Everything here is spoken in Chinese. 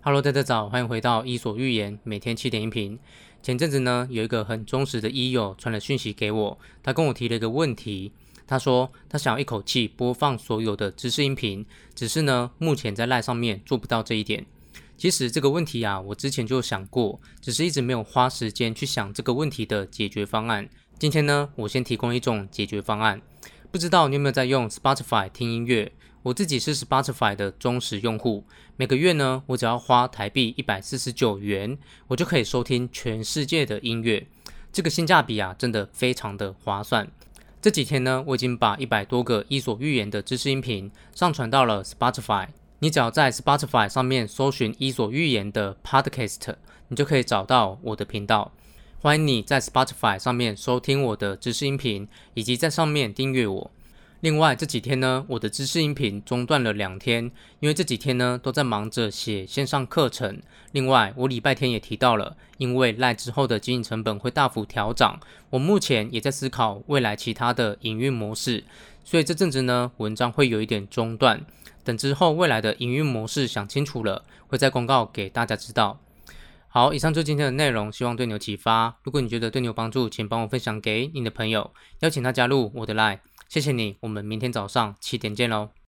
Hello，大家早，欢迎回到伊索寓言，每天7点音频。前阵子呢，有一个很忠实的医友传了讯息给我，他跟我提了一个问题，他说他想要一口气播放所有的知识音频，只是呢，目前在 LINE 上面做不到这一点。其实这个问题啊，我之前就想过，只是一直没有花时间去想这个问题的解决方案。今天呢，我先提供一种解决方案。不知道你有没有在用 Spotify 听音乐？我自己是 Spotify 的忠实用户，每个月呢，我只要花台币149元，我就可以收听全世界的音乐。这个性价比啊，真的非常的划算。这几天呢，我已经把100多个伊索寓言的知识音频上传到了 Spotify。你只要在 Spotify 上面搜寻伊索寓言的 Podcast， 你就可以找到我的频道。欢迎你在 Spotify 上面收听我的知识音频，以及在上面订阅我。另外这几天呢，我的知识音频中断了2天，因为这几天呢都在忙着写线上课程。另外我礼拜天也提到了，因为 LINE 之后的经营成本会大幅调涨，我目前也在思考未来其他的营运模式，所以这阵子呢文章会有一点中断，等之后未来的营运模式想清楚了，会再公告给大家知道。好，以上就是今天的内容，希望对你有启发。如果你觉得对你有帮助，请帮我分享给你的朋友，邀请他加入我的 LINE。谢谢你，我们明天早上7点见咯。